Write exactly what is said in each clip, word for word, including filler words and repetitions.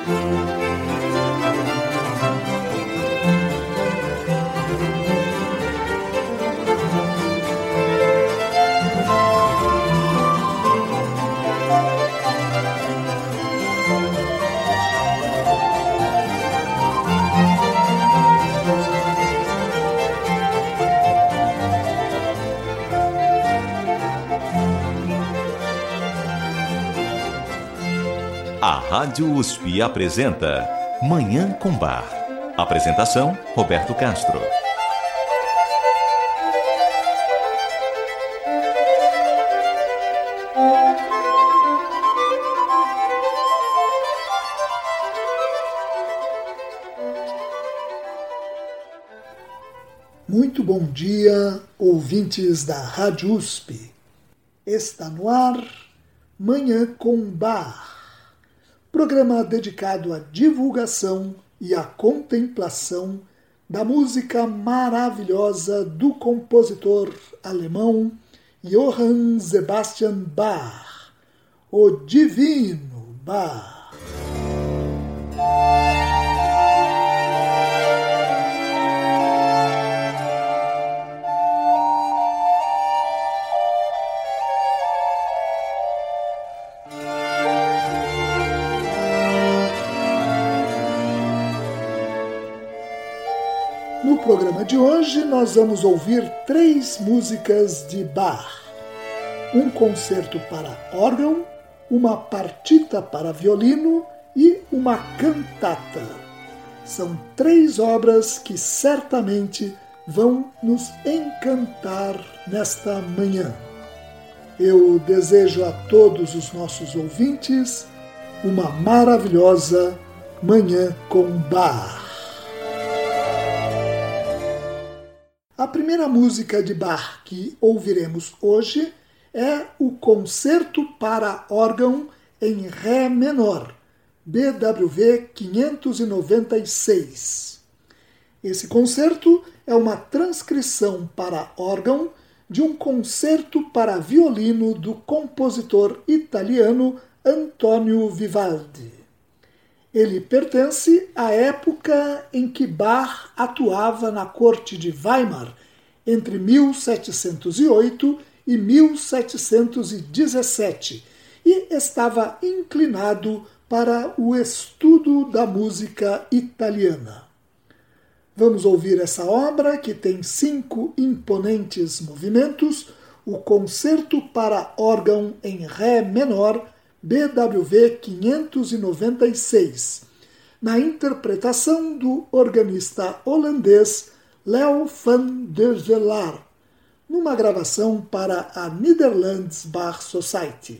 A Rádio U S P apresenta Manhã com Bar. Apresentação, Roberto Castro. Muito bom dia, ouvintes da Rádio U S P. Está no ar Manhã com Bar. Programa dedicado à divulgação e à contemplação da música maravilhosa do compositor alemão Johann Sebastian Bach, o Divino Bach. No programa de hoje, nós vamos ouvir três músicas de Bach: um concerto para órgão, uma partita para violino e uma cantata. São três obras que certamente vão nos encantar nesta manhã. Eu desejo a todos os nossos ouvintes uma maravilhosa Manhã com Bach. A primeira música de Bach que ouviremos hoje é o Concerto para órgão em Ré menor, B W V quinhentos e noventa e seis. Esse concerto é uma transcrição para órgão de um concerto para violino do compositor italiano Antonio Vivaldi. Ele pertence à época em que Bach atuava na corte de Weimar, entre mil setecentos e oito e mil setecentos e dezessete, e estava inclinado para o estudo da música italiana. Vamos ouvir essa obra, que tem cinco imponentes movimentos, o Concerto para órgão em Ré menor, B W V quinhentos e noventa e seis, na interpretação do organista holandês Leo van der Velaar, numa gravação para a Netherlands Bach Society.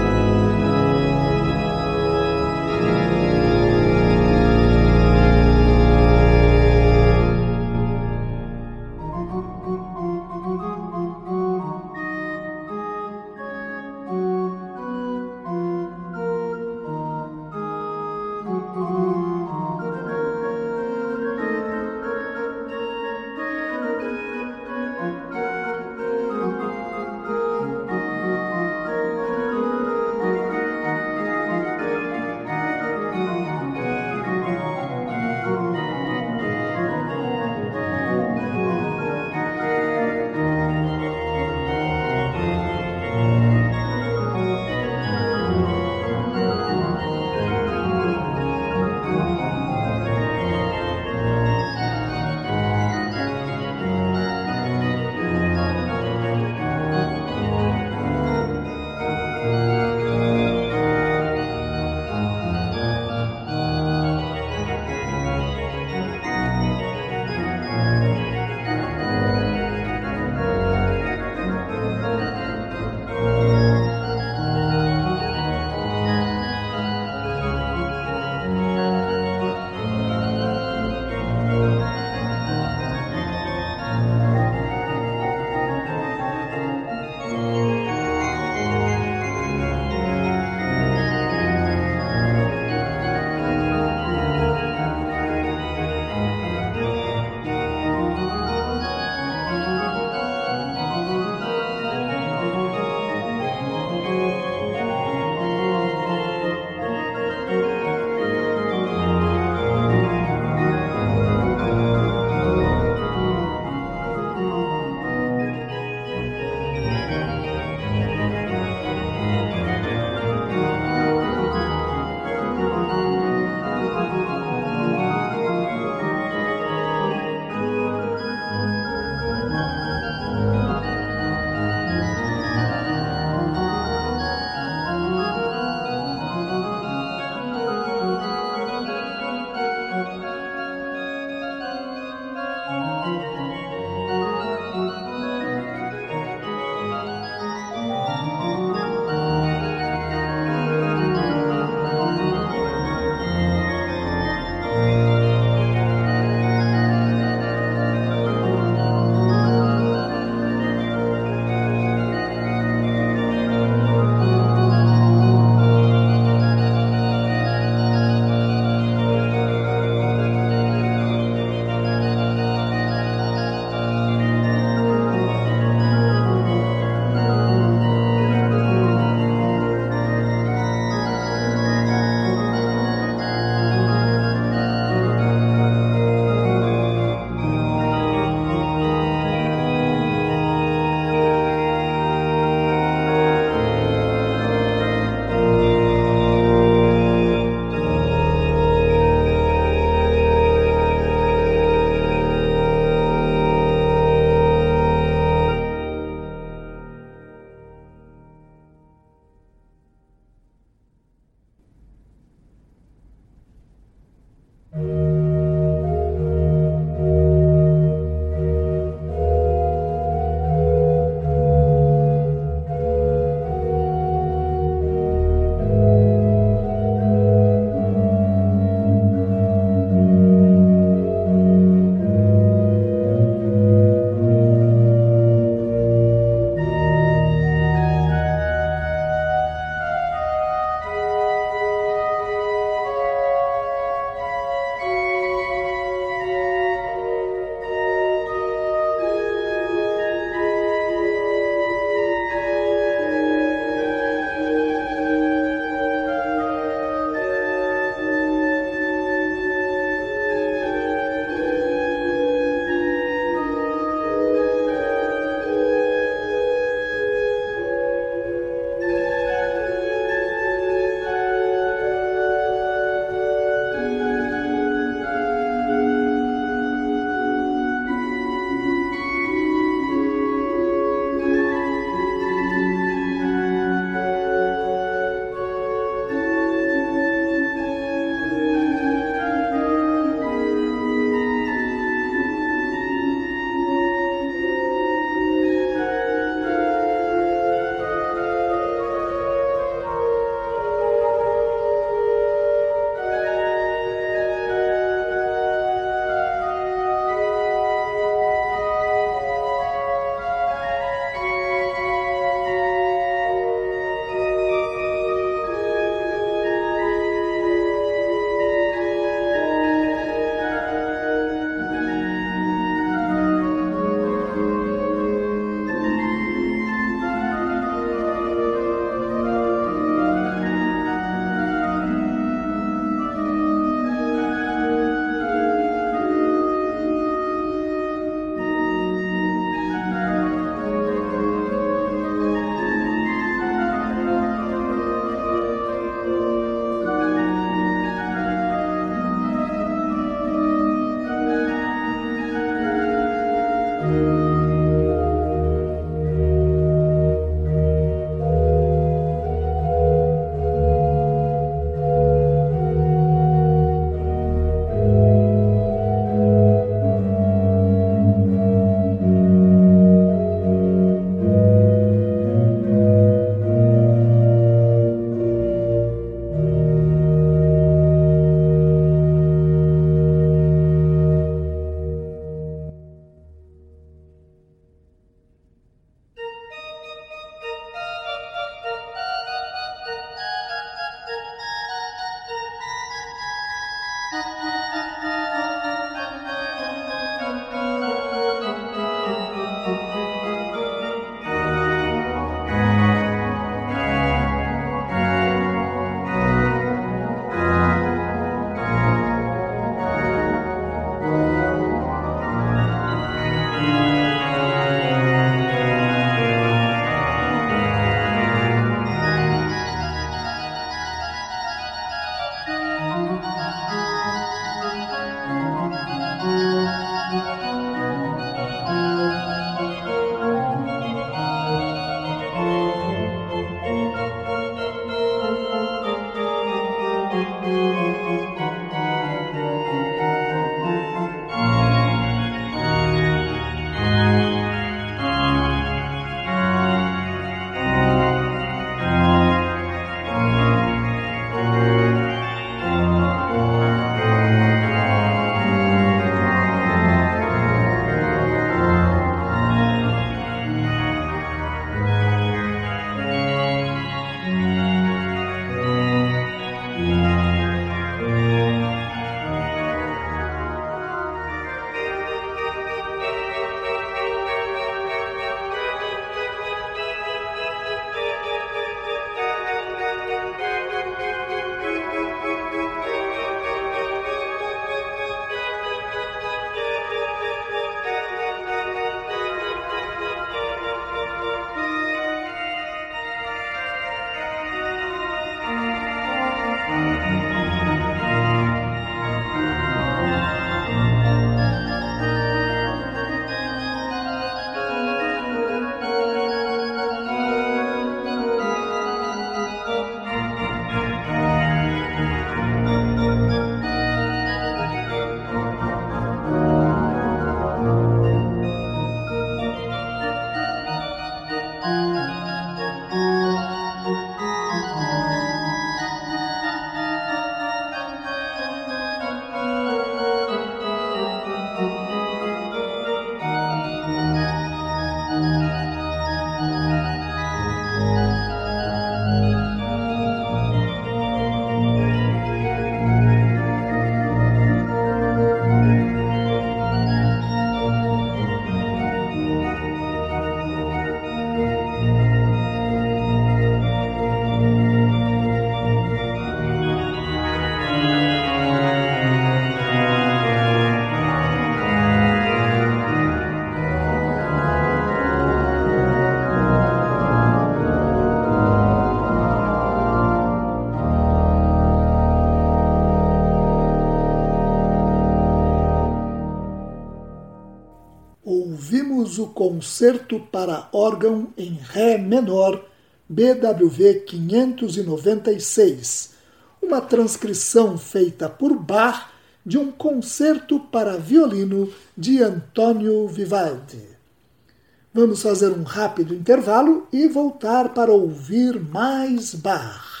Ouvimos o Concerto para órgão em Ré menor, B W V quinhentos e noventa e seis, uma transcrição feita por Bach de um concerto para violino de Antonio Vivaldi. Vamos fazer um rápido intervalo e voltar para ouvir mais Bach.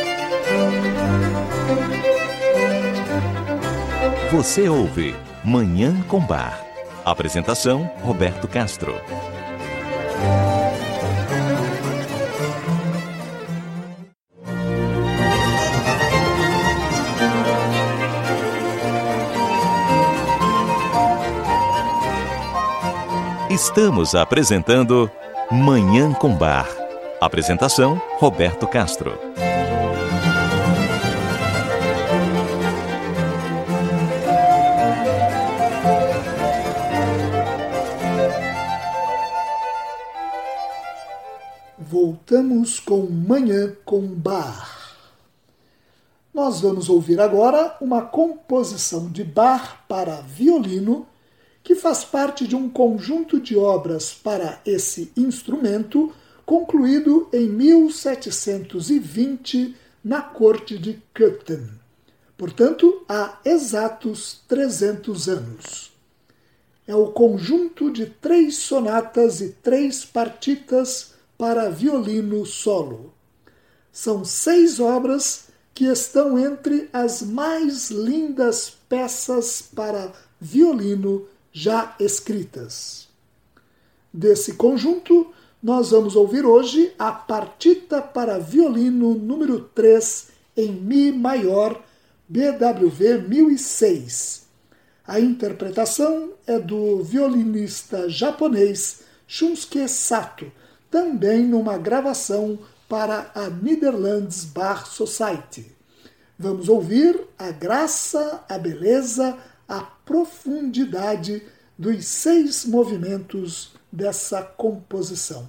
Você ouve Manhã com Bach. Apresentação, Roberto Castro. Estamos apresentando Manhã com Bach. Apresentação, Roberto Castro. Voltamos com Manhã com Bach. Nós vamos ouvir agora uma composição de Bach para violino que faz parte de um conjunto de obras para esse instrumento concluído em mil setecentos e vinte na corte de Köthen, portanto, há exatos trezentos anos. É o conjunto de três sonatas e três partitas para violino solo. São seis obras que estão entre as mais lindas peças para violino já escritas. Desse conjunto, nós vamos ouvir hoje a partita para violino número três em Mi maior, B W V mil e seis. A interpretação é do violinista japonês Shunsuke Sato, também numa gravação para a Netherlands Bach Society. Vamos ouvir a graça, a beleza, a profundidade dos seis movimentos dessa composição.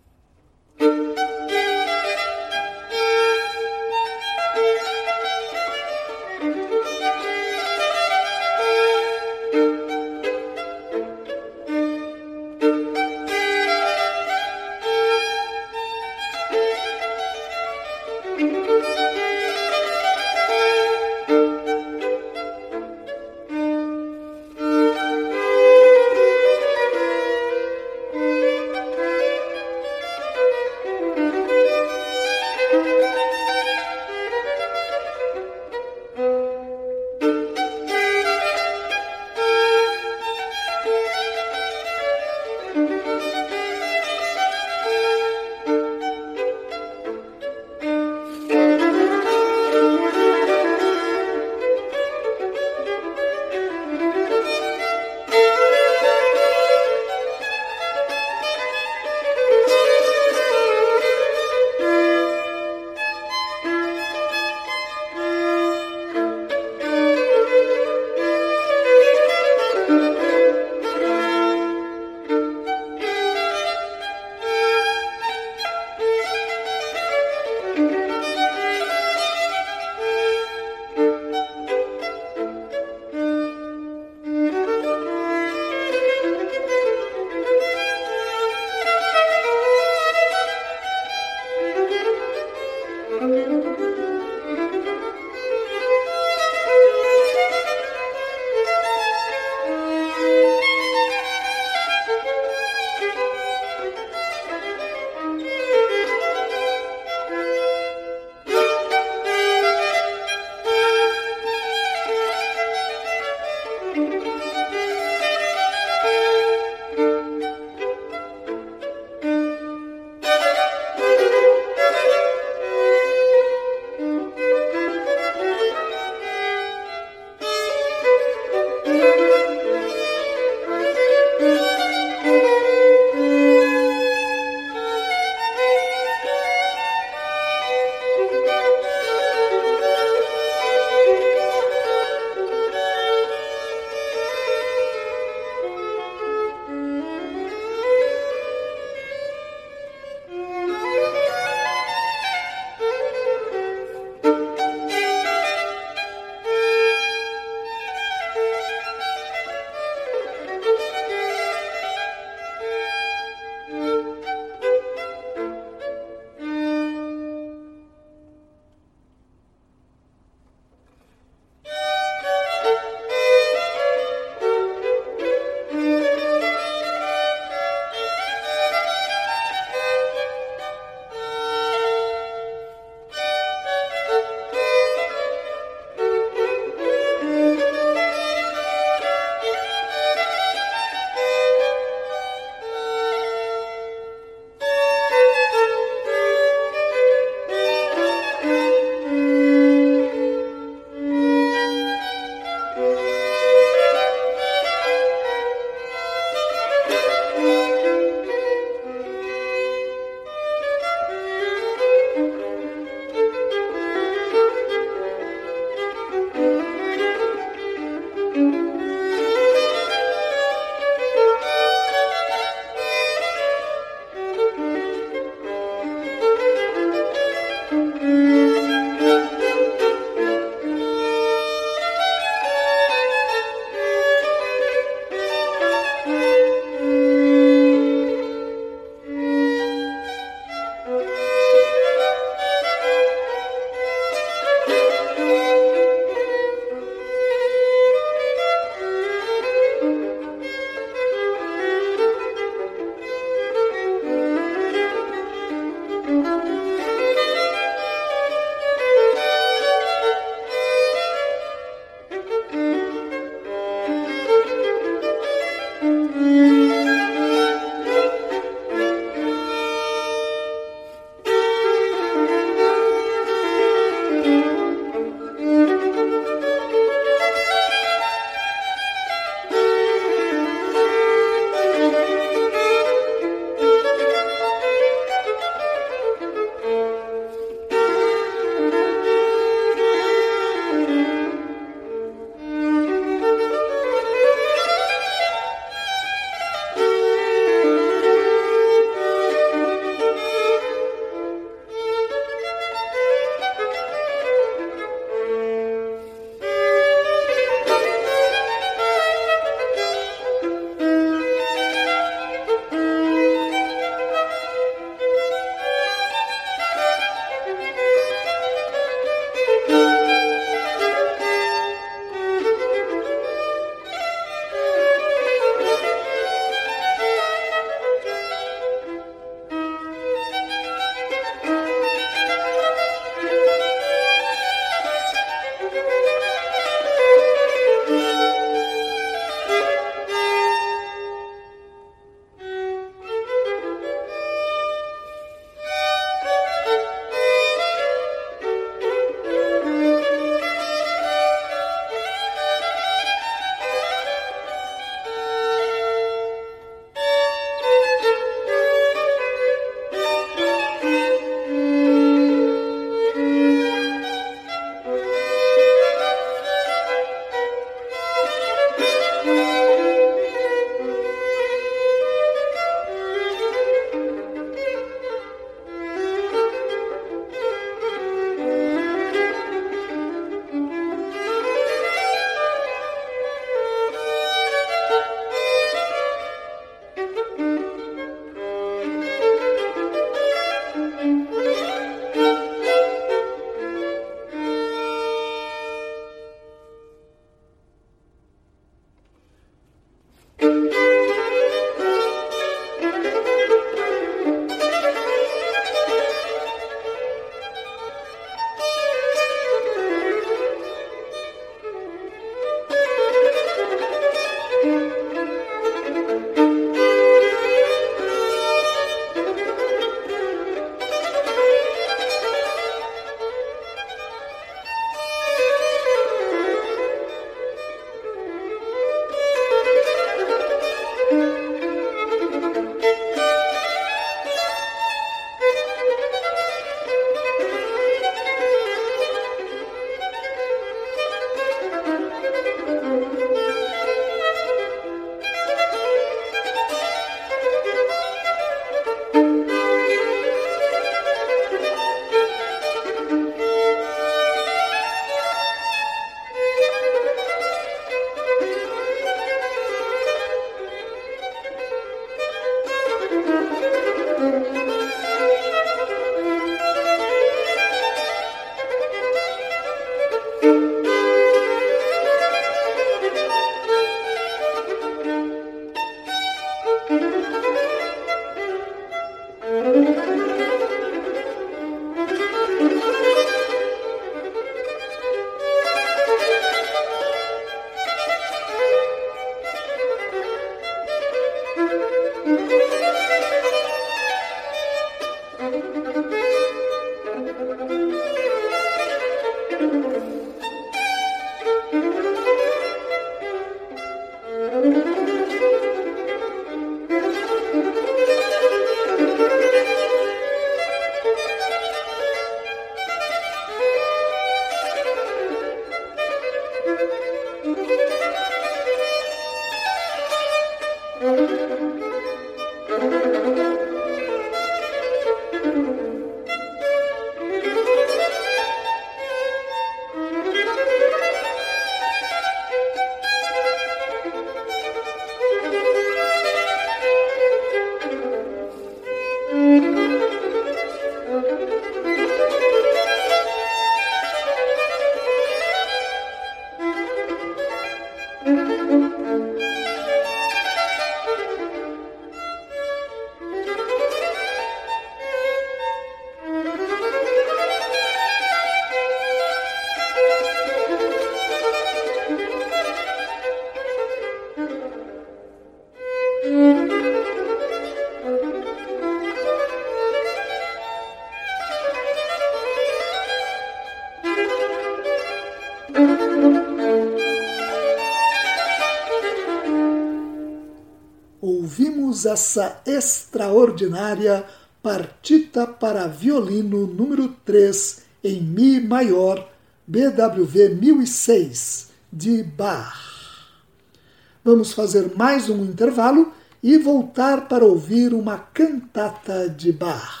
ouvimos essa extraordinária Partita para Violino número três em Mi maior, B W V mil e seis, de Bach. Vamos fazer mais um intervalo e voltar para ouvir uma cantata de Bach.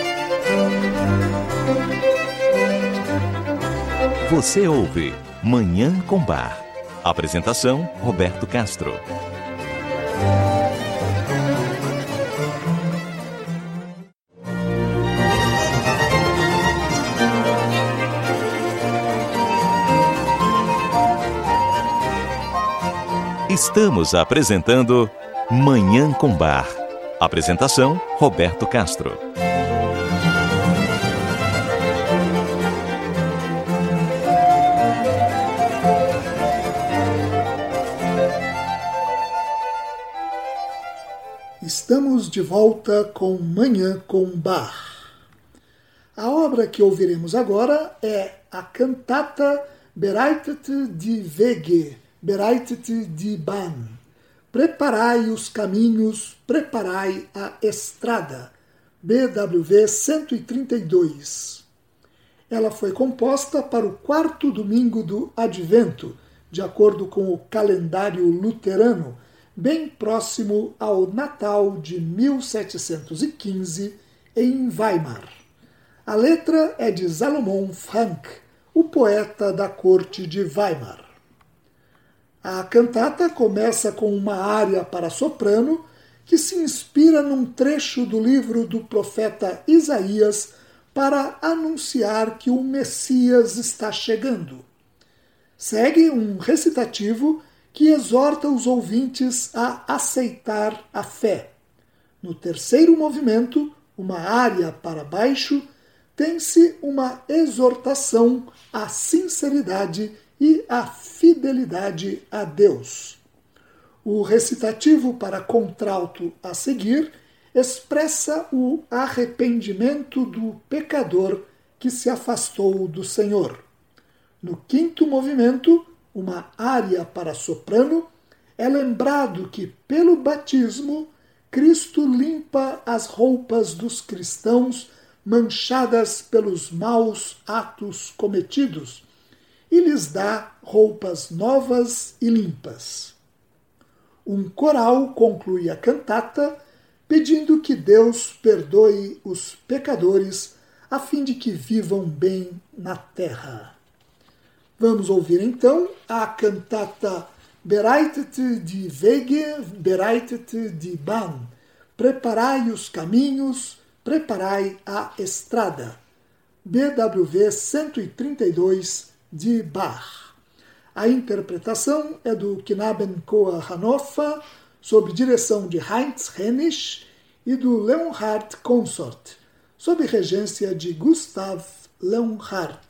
Você ouve Manhã com Bar. Apresentação, Roberto Castro. Estamos apresentando Manhã com Bar. Apresentação, Roberto Castro. Estamos de volta com Manhã com Bach. A obra que ouviremos agora é a cantata Bereitet die Wege, Bereitet die Bahn. Preparai os caminhos, preparai a estrada. B W V cento e trinta e dois. Ela foi composta para o quarto domingo do Advento, de acordo com o calendário luterano, bem próximo ao Natal de mil setecentos e quinze, em Weimar. A letra é de Salomon Frank, o poeta da corte de Weimar. A cantata começa com uma ária para soprano que se inspira num trecho do livro do profeta Isaías para anunciar que o Messias está chegando. Segue um recitativo que exorta os ouvintes a aceitar a fé. No terceiro movimento, uma área para baixo, tem-se uma exortação à sinceridade e à fidelidade a Deus. O recitativo para contralto a seguir expressa o arrependimento do pecador que se afastou do Senhor. No quinto movimento, uma área para soprano, é lembrado que, pelo batismo, Cristo limpa as roupas dos cristãos manchadas pelos maus atos cometidos e lhes dá roupas novas e limpas. Um coral conclui a cantata pedindo que Deus perdoe os pecadores a fim de que vivam bem na terra. Vamos ouvir então a cantata Bereitet die Wege, Bereitet die Bahn. Preparai os caminhos, preparai a estrada. B W V cento e trinta e dois, de Bach. A interpretação é do Knabenchor Hannover, sob direção de Heinz Hennisch, e do Leonhardt Consort, sob regência de Gustav Leonhardt.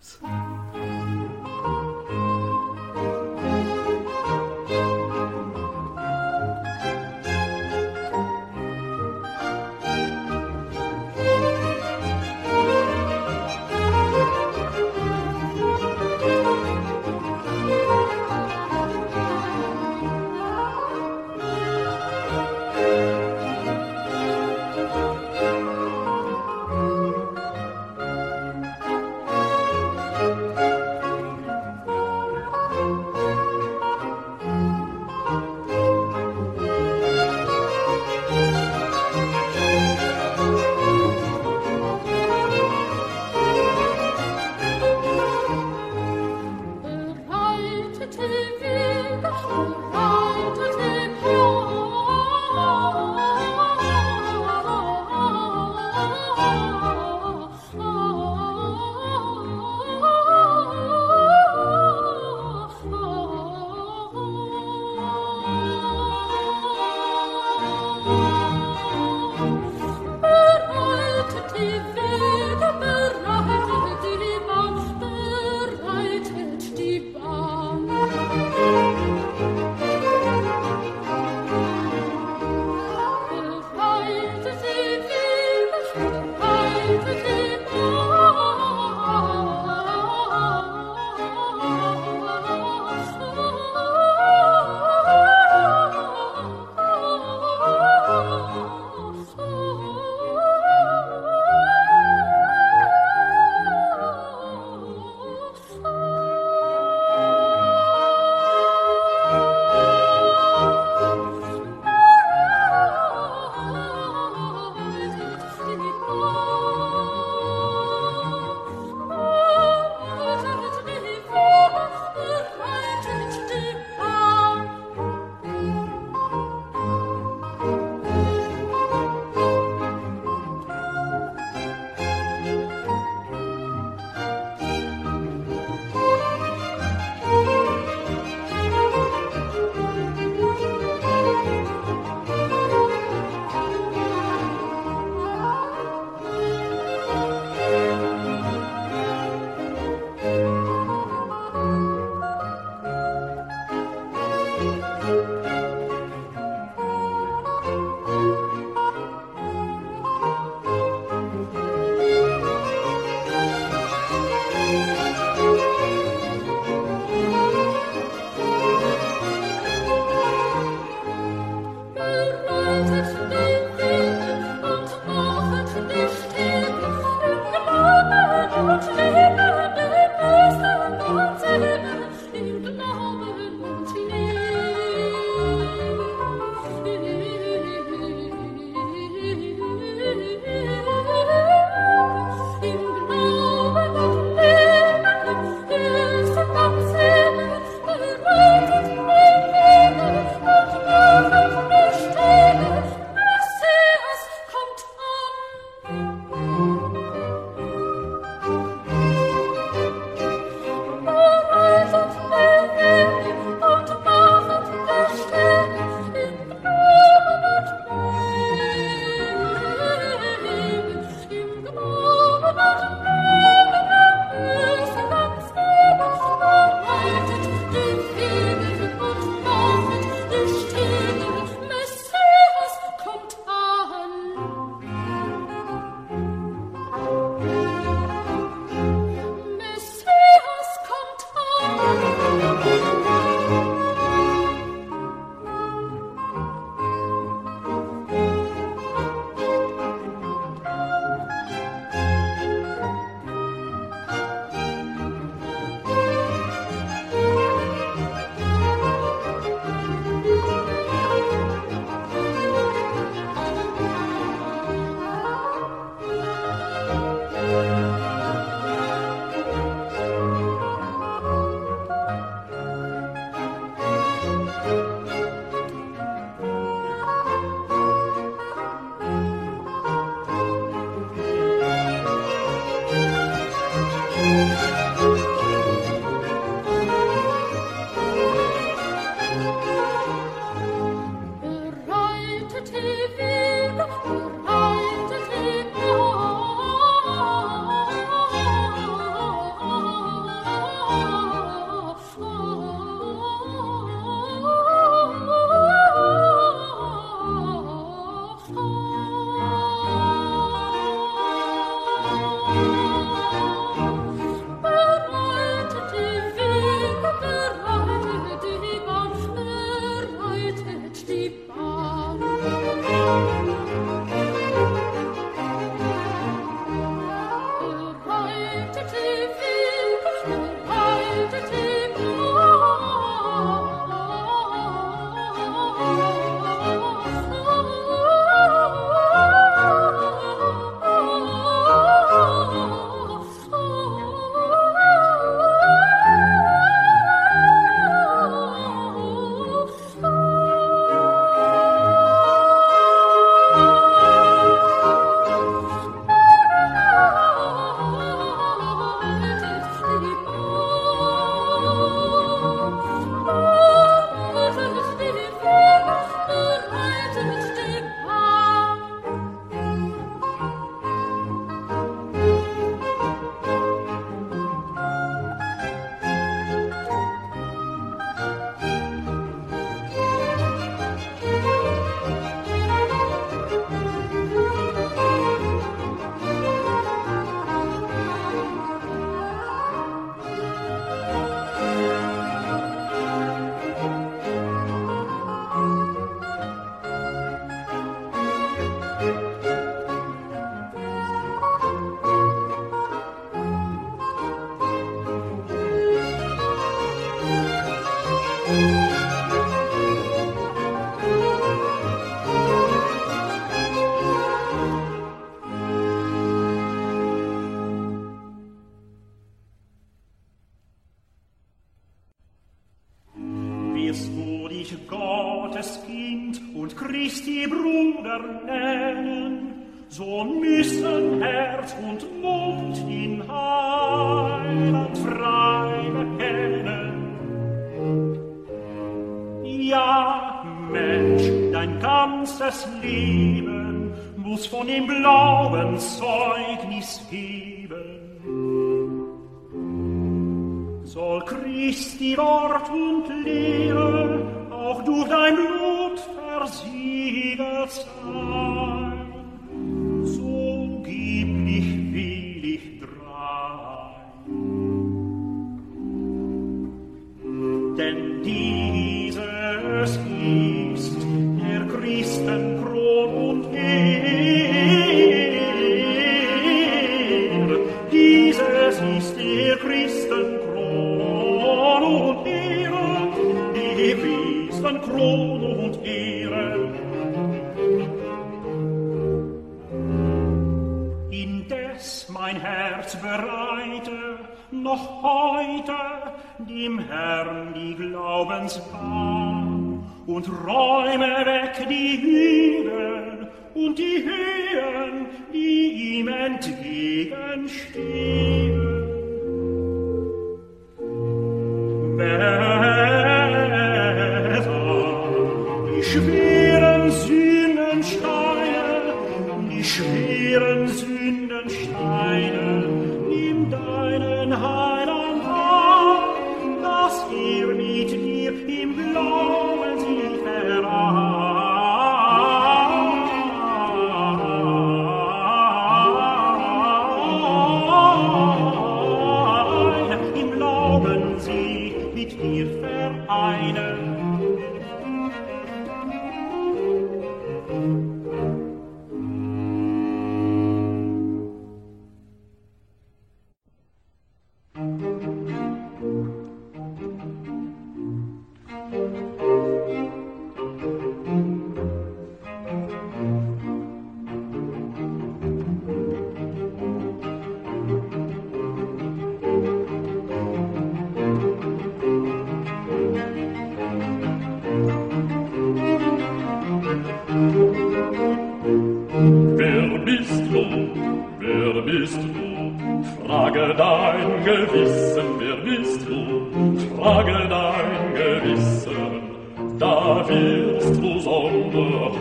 Frage dein Gewissen, wer bist du? Frage dein Gewissen, da wirst du Sonderheuchelei,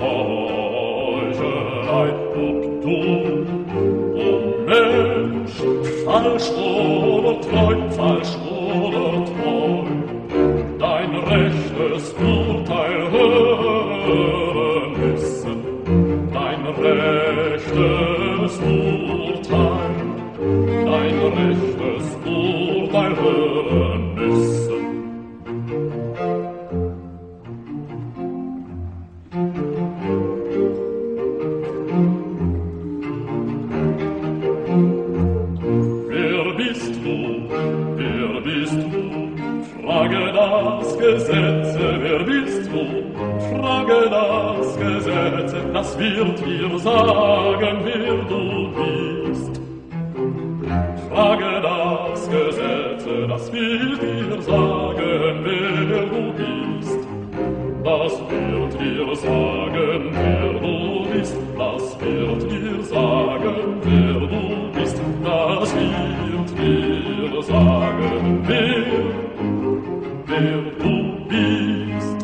ob du, o Mensch, falsch oder treu, falsch oder treu, dein rechtes Urteil hören müssen, dein rechtes Urteil, dein rechtes Urteil hören müssen. Wer bist du? Wer bist du? Frage das Gesetz, wer bist du? Frage das Gesetz, das wird dir sagen, wer du bist. Frage das Gesetz, das wird dir sagen, wer du bist. Das wird dir sagen, wer du bist. Das wird dir sagen, wer du bist. Das wird dir sagen, wer, wer du bist.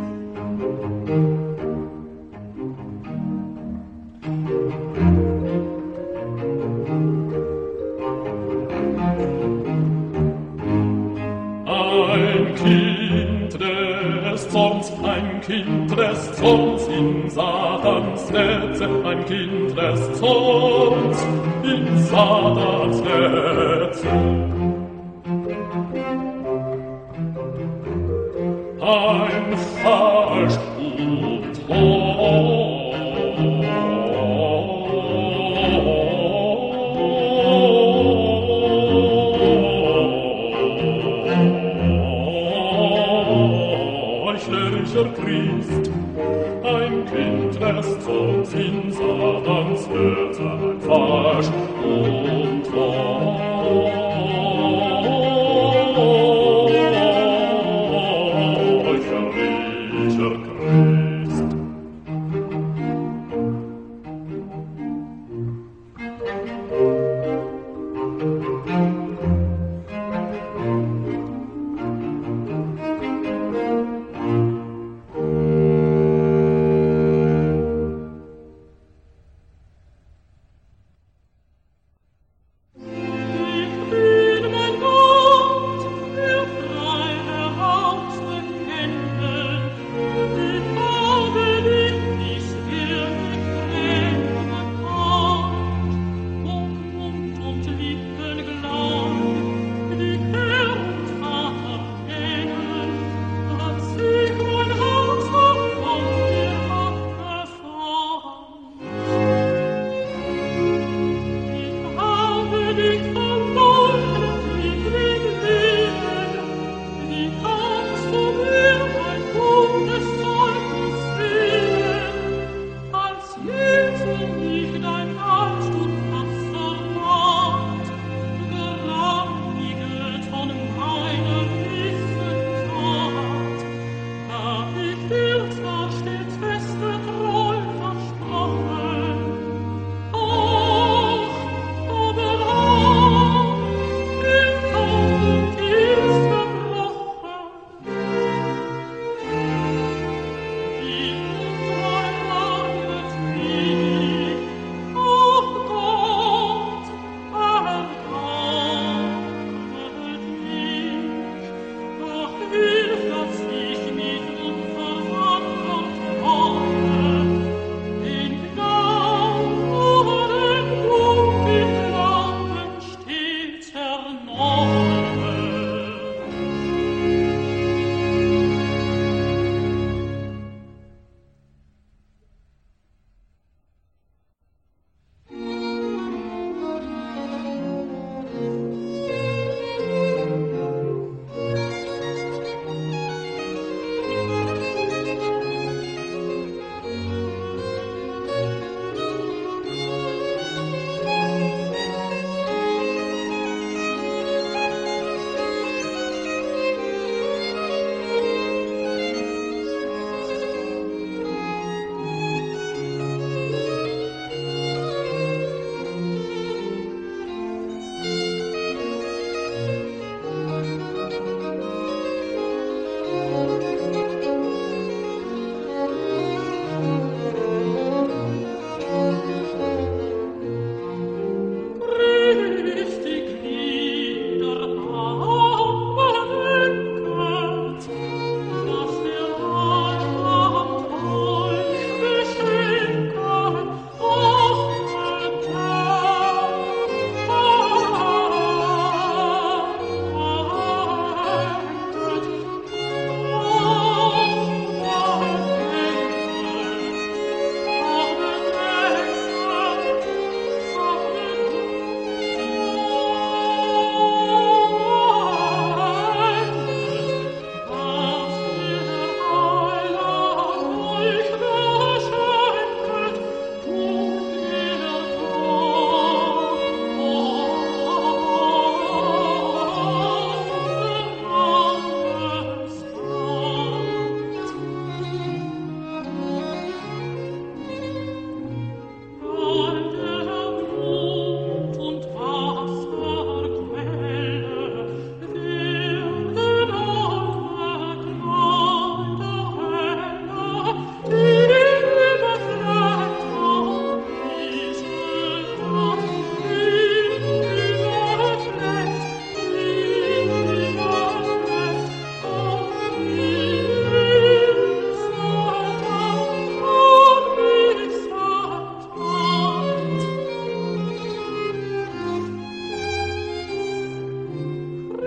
Ein Kind des Zorns, ein Kind des Zorns in Satans Netze, ein Kind des Zorns in Satans Netze. Ein falsch Urteil, Christ, ein Kind des Zorns in Satans Netze, ein falsch und heuchlerisch.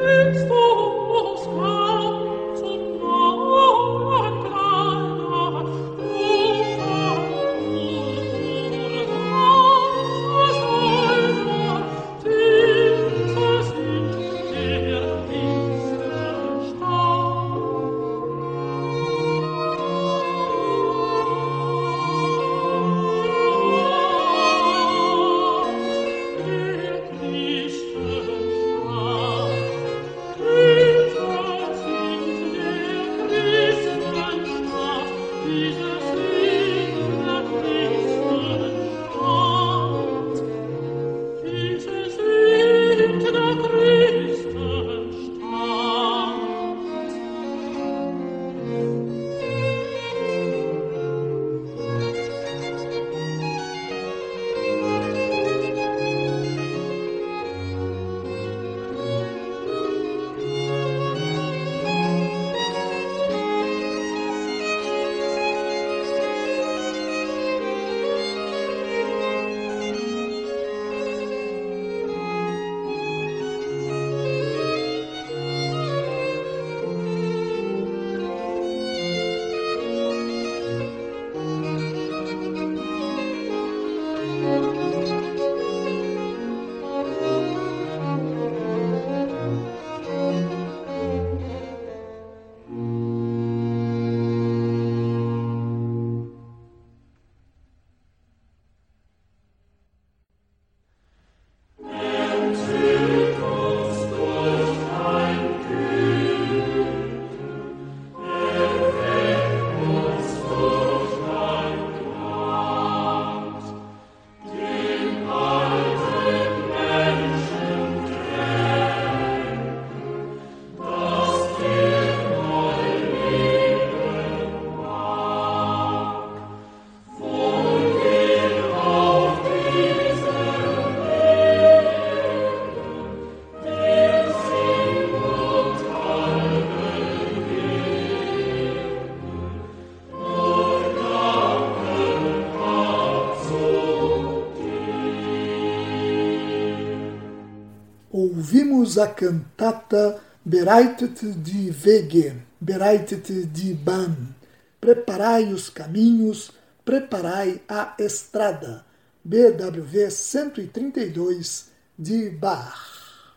Ouvimos a cantata Bereitet die Wege, Bereitet die Bahn, Preparai os caminhos, preparai a estrada, B W V cento e trinta e dois, de Bach.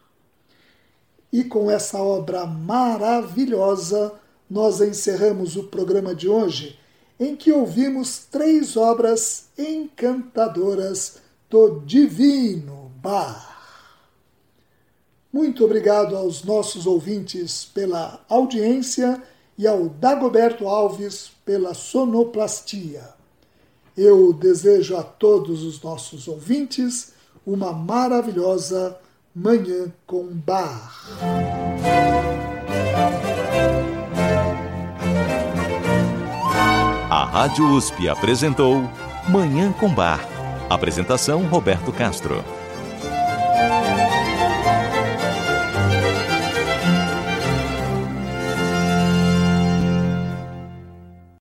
E com essa obra maravilhosa, nós encerramos o programa de hoje, em que ouvimos três obras encantadoras do divino Bach. Muito obrigado aos nossos ouvintes pela audiência e ao Dagoberto Alves pela sonoplastia. Eu desejo a todos os nossos ouvintes uma maravilhosa Manhã com Bach. A Rádio U S P apresentou Manhã com Bach. Apresentação Roberto Castro.